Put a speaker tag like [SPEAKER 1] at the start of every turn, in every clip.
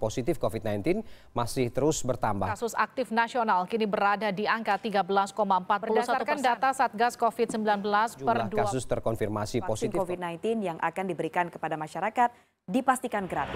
[SPEAKER 1] positif COVID-19 masih terus bertambah.
[SPEAKER 2] Kasus aktif nasional kini berada di angka 13,41%. Berdasarkan data Satgas COVID-19 per
[SPEAKER 1] Jumlah kasus terkonfirmasi positif
[SPEAKER 3] COVID-19 yang akan diberikan kepada masyarakat dipastikan gratis.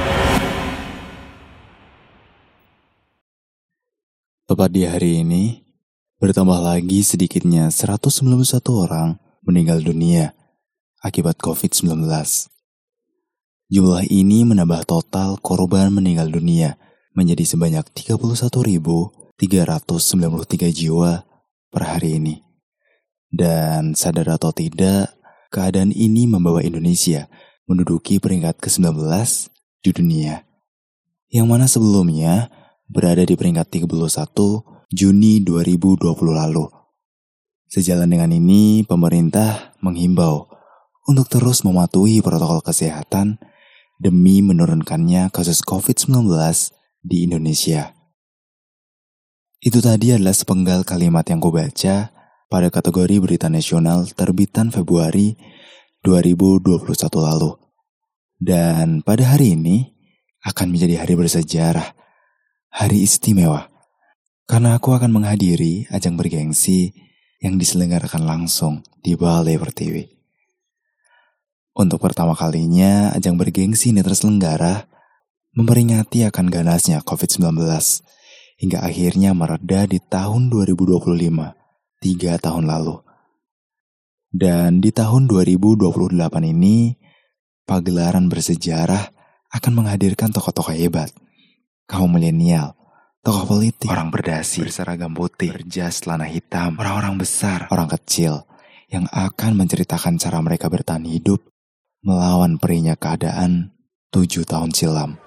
[SPEAKER 4] Tepat di hari ini, bertambah lagi sedikitnya 191 orang meninggal dunia akibat COVID-19. Jumlah ini menambah total korban meninggal dunia menjadi sebanyak 31.393 jiwa per hari ini. Dan sadar atau tidak, keadaan ini membawa Indonesia menduduki peringkat ke-19 di dunia. Yang mana sebelumnya berada di peringkat 31 Juni 2020 lalu. Sejalan dengan ini, pemerintah menghimbau untuk terus mematuhi protokol kesehatan demi menurunkannya kasus COVID-19 di Indonesia. Itu tadi adalah sepenggal kalimat yang kubaca pada kategori berita nasional terbitan Februari 2021 lalu. Dan pada hari ini akan menjadi hari bersejarah, hari istimewa. Karena aku akan menghadiri ajang bergengsi yang diselenggarakan langsung di Balai Pertiwi. Untuk pertama kalinya, ajang bergengsi ini terselenggara memperingati akan ganasnya COVID-19 hingga akhirnya mereda di tahun 2025, 3 tahun lalu. Dan di tahun 2028 ini, pagelaran bersejarah akan menghadirkan tokoh-tokoh hebat, kaum milenial, tokoh politik, orang berdasi, berseragam putih, berjas celana hitam, orang-orang besar, orang kecil, yang akan menceritakan cara mereka bertahan hidup melawan perihnya keadaan 7 tahun silam.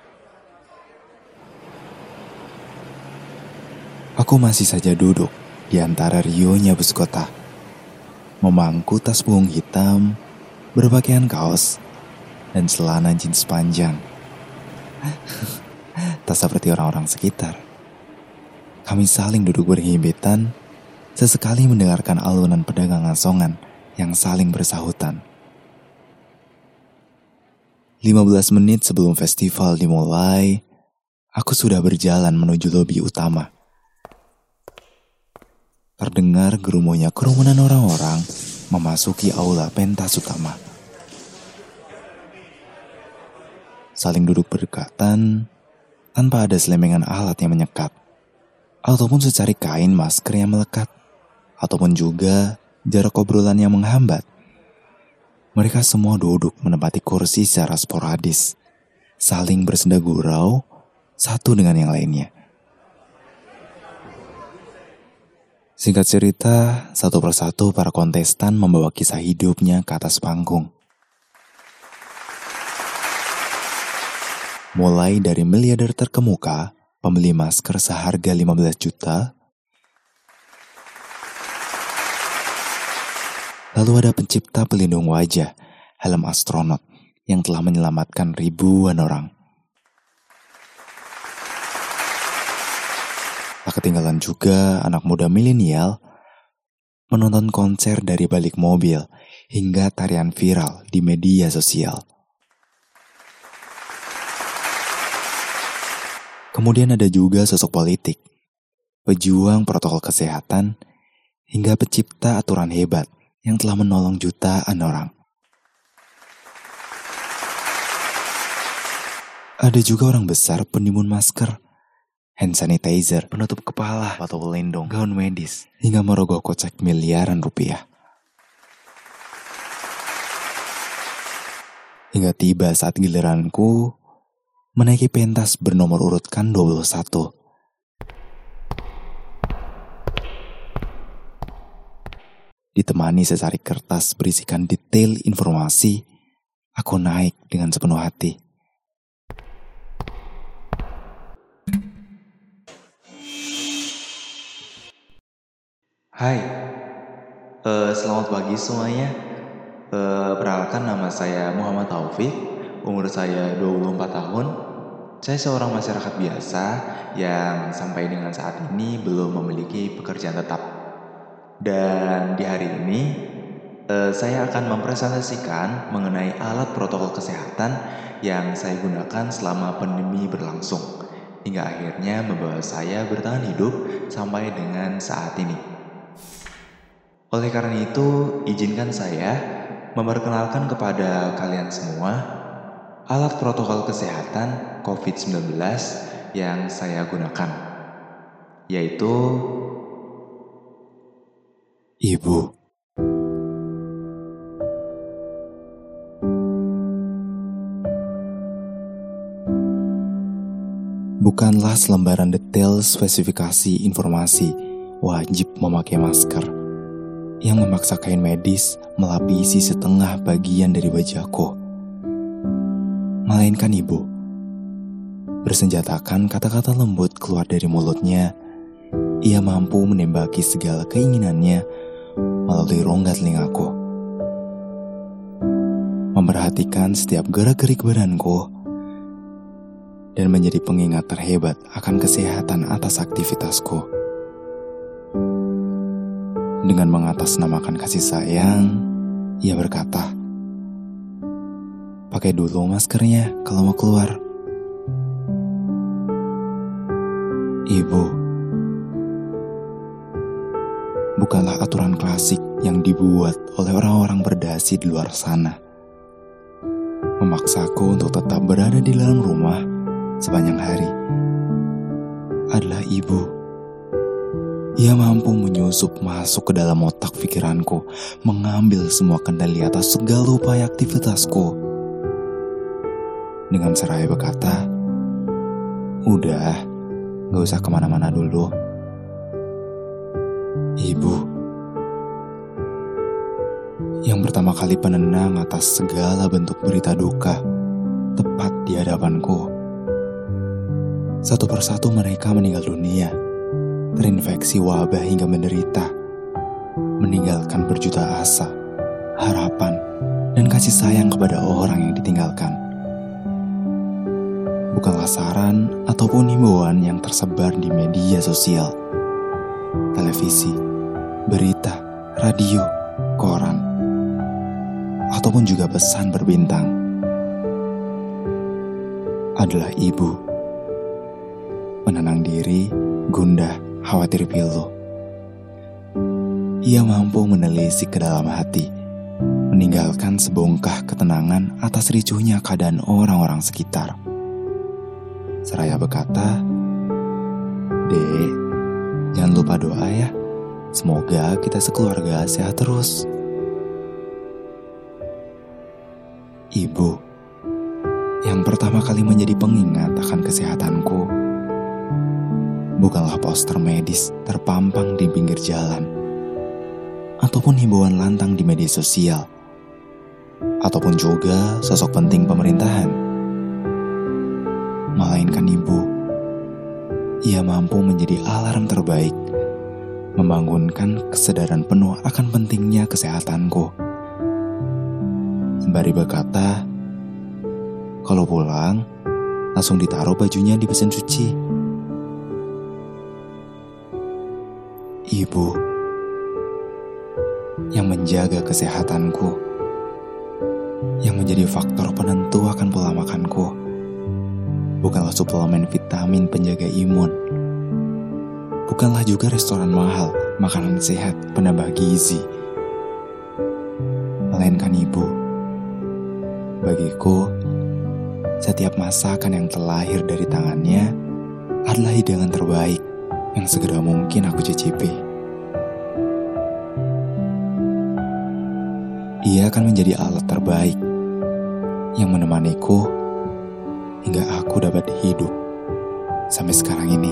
[SPEAKER 4] Aku masih saja duduk di antara rionya bus kota, memangku tas punggung hitam, berpakaian kaos, dan celana jeans panjang. Tak seperti orang-orang sekitar. Kami saling duduk berhimpitan, sesekali mendengarkan alunan pedagang asongan yang saling bersahutan. 15 menit sebelum festival dimulai, aku sudah berjalan menuju lobi utama. Terdengar gerumuhnya kerumunan orang-orang memasuki aula pentas utama. Saling duduk berdekatan, tanpa ada selemengan alat yang menyekat, ataupun secari kain masker yang melekat, ataupun juga jarak obrolan yang menghambat. Mereka semua duduk menempati kursi secara sporadis, saling bersenda gurau satu dengan yang lainnya. Singkat cerita, satu persatu para kontestan membawa kisah hidupnya ke atas panggung. Mulai dari miliarder terkemuka, pembeli masker seharga 15 juta. Lalu ada pencipta pelindung wajah, helm astronot, yang telah menyelamatkan ribuan orang. Tak ketinggalan juga anak muda milenial menonton konser dari balik mobil hingga tarian viral di media sosial. Kemudian ada juga sosok politik, pejuang protokol kesehatan, hingga pencipta aturan hebat yang telah menolong jutaan orang. Ada juga orang besar penimbun masker, hand sanitizer, penutup kepala atau pelindung, gaun medis, hingga merogoh kocek miliaran rupiah. Hingga tiba saat giliranku menaiki pentas bernomor urutkan 21. Ditemani secari kertas berisikan detail informasi, aku naik dengan sepenuh hati.
[SPEAKER 5] Hai, selamat pagi semuanya. Perkenalkan, nama saya Muhammad Taufik, umur saya 24 tahun. Saya seorang masyarakat biasa yang sampai dengan saat ini belum memiliki pekerjaan tetap. Dan di hari ini, Saya akan mempresentasikan mengenai alat protokol kesehatan yang saya gunakan selama pandemi berlangsung, hingga akhirnya membawa saya bertahan hidup sampai dengan saat ini. Oleh karena itu, izinkan saya memperkenalkan kepada kalian semua alat protokol kesehatan COVID-19 yang saya gunakan, yaitu
[SPEAKER 4] Ibu. Bukanlah selembaran detail spesifikasi informasi wajib memakai masker yang memaksa kain medis melapisi setengah bagian dari wajahku. Melainkan ibu bersenjatakan kata-kata lembut keluar dari mulutnya. Ia mampu menembaki segala keinginannya melalui rongga telingaku, memperhatikan setiap gerak-gerik badanku, dan menjadi pengingat terhebat akan kesehatan atas aktivitasku. Dengan mengatasnamakan kasih sayang, ia berkata, "Pakai dulu maskernya kalau mau keluar." Ibu, bukanlah aturan klasik yang dibuat oleh orang-orang berdasi di luar sana. Memaksaku untuk tetap berada di dalam rumah sepanjang hari adalah ibu. Ia mampu menyusup masuk ke dalam otak pikiranku, mengambil semua kendali atas segala upaya aktivitasku. Dengan seraya berkata, "Udah, gak usah kemana-mana dulu." Ibu yang pertama kali penenang atas segala bentuk berita duka tepat di hadapanku. Satu persatu mereka meninggal dunia, terinfeksi wabah hingga menderita, meninggalkan berjuta asa, harapan, dan kasih sayang kepada orang yang ditinggalkan. Bukanlah saran ataupun himbauan yang tersebar di media sosial, televisi, berita, radio, koran, ataupun juga pesan berbintang. Adalah ibu. Menenang diri, gundah, khawatir pilu. Ia mampu menelisik ke dalam hati, meninggalkan sebongkah ketenangan atas ricuhnya keadaan orang-orang sekitar. Seraya berkata, "Dek, jangan lupa doa ya. Semoga kita sekeluarga sehat terus." Ibu yang pertama kali menjadi pengingat akan kesehatanku bukanlah poster medis terpampang di pinggir jalan, ataupun himbauan lantang di media sosial, ataupun juga sosok penting pemerintahan. Melainkan ibu, ia mampu menjadi alarm terbaik, membangunkan kesadaran penuh akan pentingnya kesehatanku. Sembari berkata, kalau pulang, langsung ditaruh bajunya di mesin cuci. Ibu yang menjaga kesehatanku, yang menjadi faktor penentu akan pola makanku, bukanlah suplemen vitamin penjaga imun, bukanlah juga restoran mahal, makanan sehat, penambah gizi, melainkan ibu. Bagiku, setiap masakan yang terlahir dari tangannya adalah hidangan terbaik yang segera mungkin aku cicipi. Ia akan menjadi alat terbaik yang menemaniku hingga aku dapat hidup sampai sekarang ini.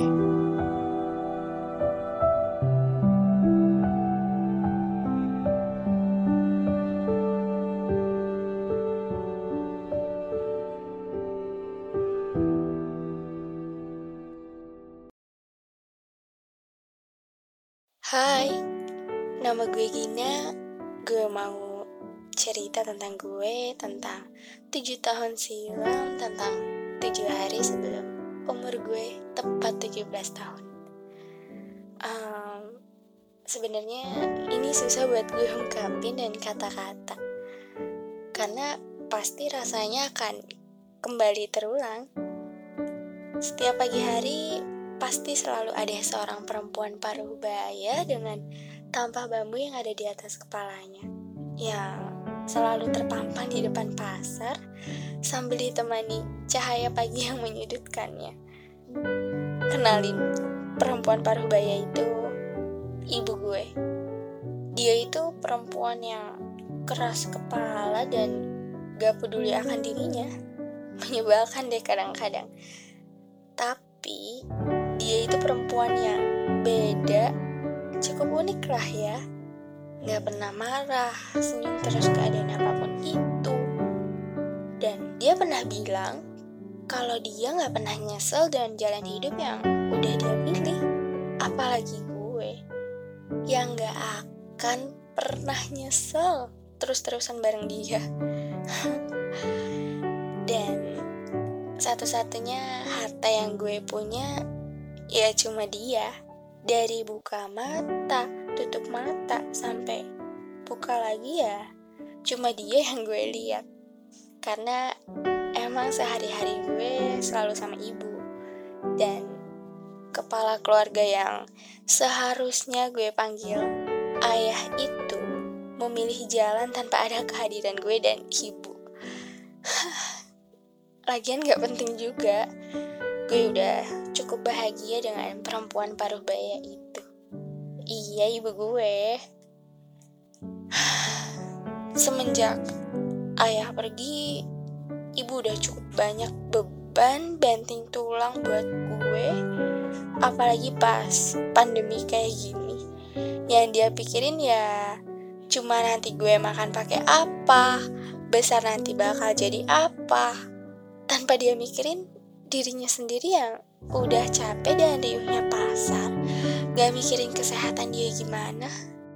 [SPEAKER 6] Hai, nama gue Gina. Gue mau cerita tentang 7 tahun silam, tentang 7 hari sebelum umur gue tepat 17 tahun. sebenarnya ini susah buat gue ungkapin dan kata-kata. Karena pasti rasanya akan kembali terulang. Setiap pagi hari pasti selalu ada seorang perempuan paruh baya dengan tampah bambu yang ada di atas kepalanya, yang selalu terpampang di depan pasar sambil ditemani cahaya pagi yang menyudutkannya. Kenalin, perempuan paruh baya itu ibu gue. Dia itu perempuan yang keras kepala dan gak peduli akan dirinya. Menyebalkan deh kadang-kadang. Tapi dia itu perempuan yang beda, cukup unik lah ya. Gak pernah marah, senyum terus keadaan apapun itu. Dan dia pernah bilang kalau dia gak pernah nyesel dengan jalan hidup yang udah dia pilih. Apalagi gue yang gak akan pernah nyesel terus-terusan bareng dia. Dan satu-satunya harta yang gue punya ya cuma dia. Dari buka mata, tutup mata, sampai buka lagi ya cuma dia yang gue lihat. Karena emang sehari-hari gue selalu sama ibu. Dan kepala keluarga yang seharusnya gue panggil ayah itu memilih jalan tanpa ada kehadiran gue dan ibu. Lagian gak penting juga. Gue udah cukup bahagia dengan perempuan paruh baya itu. Iya, ibu gue. Semenjak ayah pergi, ibu udah cukup banyak beban banting tulang buat gue. Apalagi pas pandemi kayak gini. Yang dia pikirin ya cuma nanti gue makan pakai apa, besar nanti bakal jadi apa, tanpa dia mikirin dirinya sendiri yang udah capek dan riuhnya pasar, gak mikirin kesehatan dia gimana.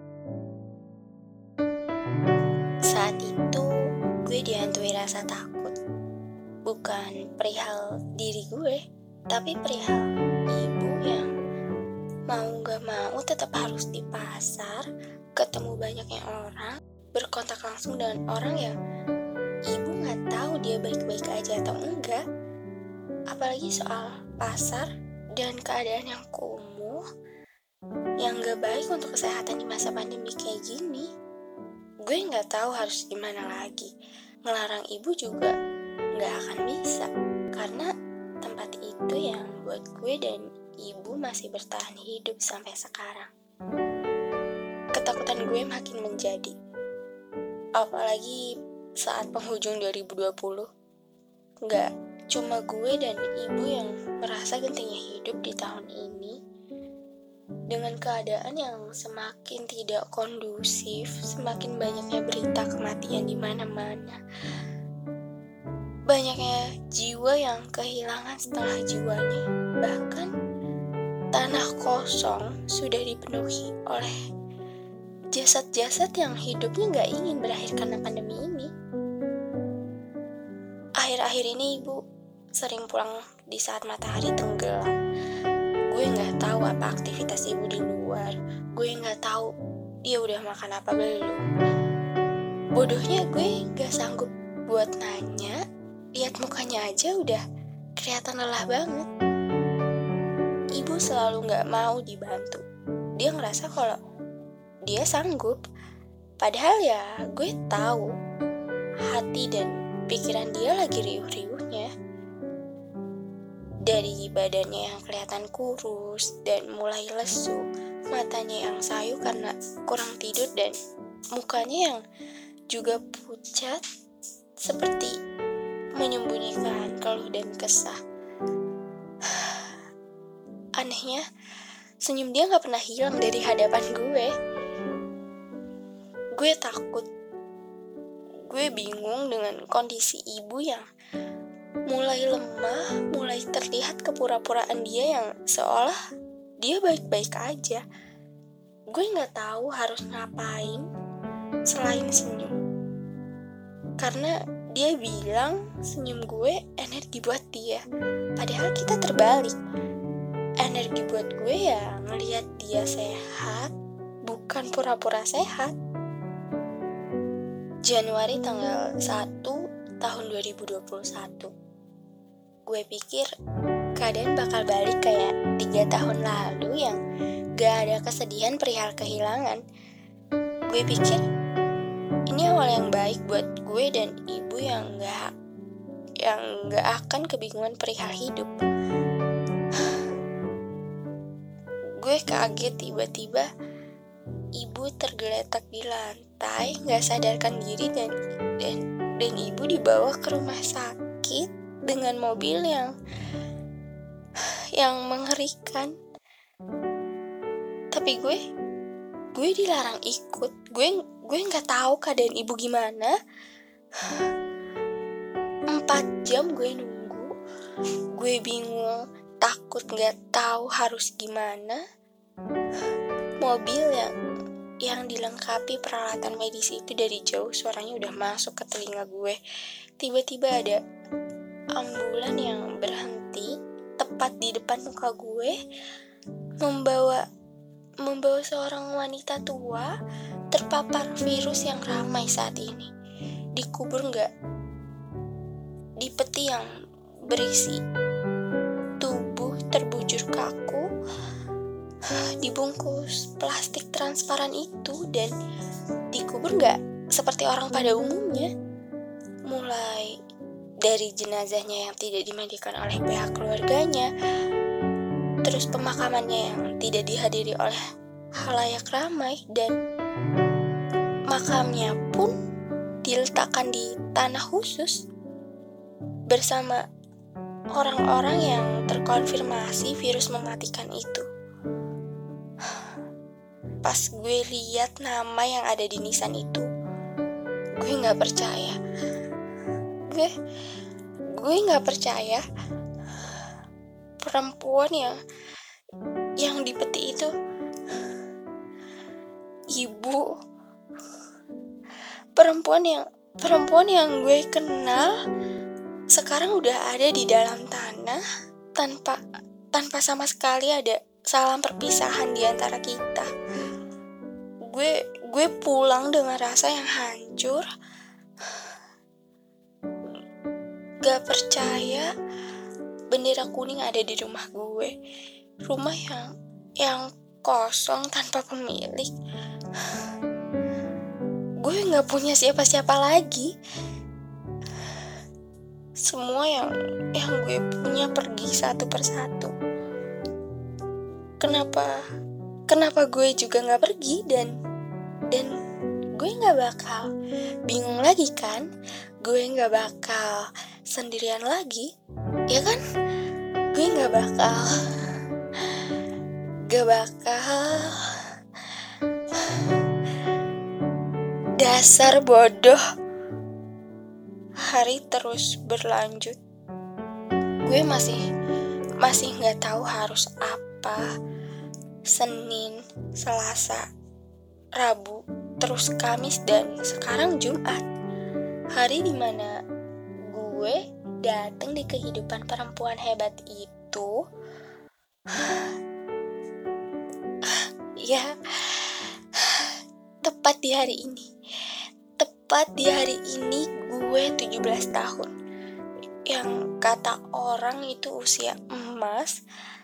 [SPEAKER 6] Saat itu gue dihantui rasa takut, bukan perihal diri gue, tapi perihal ibu yang mau gak mau tetap harus di pasar, ketemu banyaknya orang, berkontak langsung dengan orang yang ibu gak tahu dia baik-baik aja atau enggak. Apalagi soal pasar dan keadaan yang kumuh, yang gak baik untuk kesehatan di masa pandemi kayak gini. Gue gak tahu harus gimana lagi. Ngelarang ibu juga gak akan bisa, karena tempat itu yang buat gue dan ibu masih bertahan hidup sampai sekarang. Ketakutan gue makin menjadi, apalagi saat penghujung 2020. Gak cuma gue dan ibu yang merasa gentingnya hidup di tahun ini. Dengan keadaan yang semakin tidak kondusif, semakin banyaknya berita kematian di mana-mana. Banyaknya jiwa yang kehilangan setengah jiwanya. Bahkan tanah kosong sudah dipenuhi oleh jasad-jasad yang hidupnya gak ingin berakhir karena pandemi ini. Akhir-akhir ini ibu sering pulang di saat matahari tenggelam. Gue gak tahu apa aktivitas ibu di luar. Gue gak tahu dia udah makan apa belum. Bodohnya gue gak sanggup buat nanya. Lihat mukanya aja udah kelihatan lelah banget. Ibu selalu gak mau dibantu. Dia ngerasa kalau dia sanggup. Padahal ya gue tahu hati dan pikiran dia lagi riuh-riuhnya. Dari badannya yang kelihatan kurus dan mulai lesu, matanya yang sayu karena kurang tidur, dan mukanya yang juga pucat seperti menyembunyikan keluh dan kesah. Anehnya, senyum dia gak pernah hilang dari hadapan gue. Gue takut. Gue bingung dengan kondisi ibu yang mulai lemah, mulai terlihat kepura-puraan dia yang seolah dia baik-baik aja. Gue gak tahu harus ngapain selain senyum. Karena dia bilang senyum gue energi buat dia. Padahal kita terbalik. Energi buat gue ya ngelihat dia sehat, bukan pura-pura sehat. Januari tanggal 1 tahun 2021. Gue pikir keadaan bakal balik kayak 3 tahun lalu yang gak ada kesedihan perihal kehilangan. Gue pikir ini awal yang baik buat gue dan ibu yang gak akan kebingungan perihal hidup. Gue kaget tiba-tiba ibu tergeletak di lantai, gak sadarkan diri dan ibu dibawa ke rumah sakit dengan mobil yang mengerikan. Tapi gue dilarang ikut. Gue nggak tahu keadaan ibu gimana. 4 jam gue nunggu. Gue bingung, takut nggak tahu harus gimana. Mobil yang dilengkapi peralatan medis itu dari jauh suaranya udah masuk ke telinga gue. Tiba-tiba ada ambulan yang berhenti tepat di depan muka gue, membawa seorang wanita tua terpapar virus yang ramai saat ini. Dikubur nggak di peti yang berisi tubuh terbujur kaku, dibungkus plastik transparan itu, dan dikubur nggak seperti orang pada umumnya. Mulai dari jenazahnya yang tidak dimandikan oleh pihak keluarganya, terus pemakamannya yang tidak dihadiri oleh khalayak ramai, dan makamnya pun diletakkan di tanah khusus bersama orang-orang yang terkonfirmasi virus mematikan itu. Pas gue lihat nama yang ada di nisan itu, gue nggak percaya. Gue nggak percaya perempuan yang di peti itu ibu. Perempuan yang gue kenal sekarang udah ada di dalam tanah tanpa sama sekali ada salam perpisahan di antara kita. Gue pulang dengan rasa yang hancur. Gak percaya bendera kuning ada di rumah gue. Rumah yang kosong tanpa pemilik. Gue gak punya siapa-siapa lagi. Semua yang gue punya pergi satu persatu. Kenapa gue juga gak pergi dan gue gak bakal bingung lagi kan? Gue gak bakal sendirian lagi, ya kan? Gue gak bakal dasar bodoh. Hari terus berlanjut. Gue masih gak tahu harus apa. Senin, Selasa, Rabu, terus Kamis, dan sekarang Jumat. Hari dimana gue datang di kehidupan perempuan hebat itu. Ya, tepat di hari ini gue 17 tahun. Yang kata orang itu usia emas.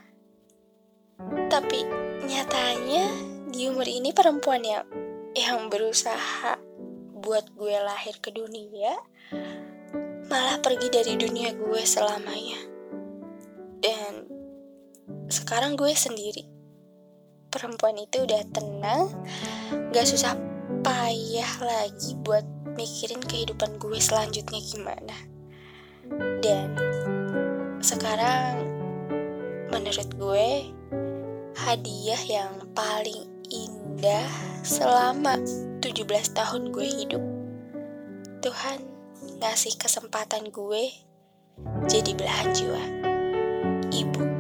[SPEAKER 6] Tapi nyatanya di umur ini perempuan yang berusaha buat gue lahir ke dunia malah pergi dari dunia gue selamanya. Dan sekarang gue sendiri. Perempuan itu udah tenang, gak susah payah lagi buat mikirin kehidupan gue selanjutnya gimana. Dan sekarang menurut gue hadiah yang paling indah selama 17 tahun gue hidup, Tuhan ngasih kesempatan gue jadi belahan jiwa ibu.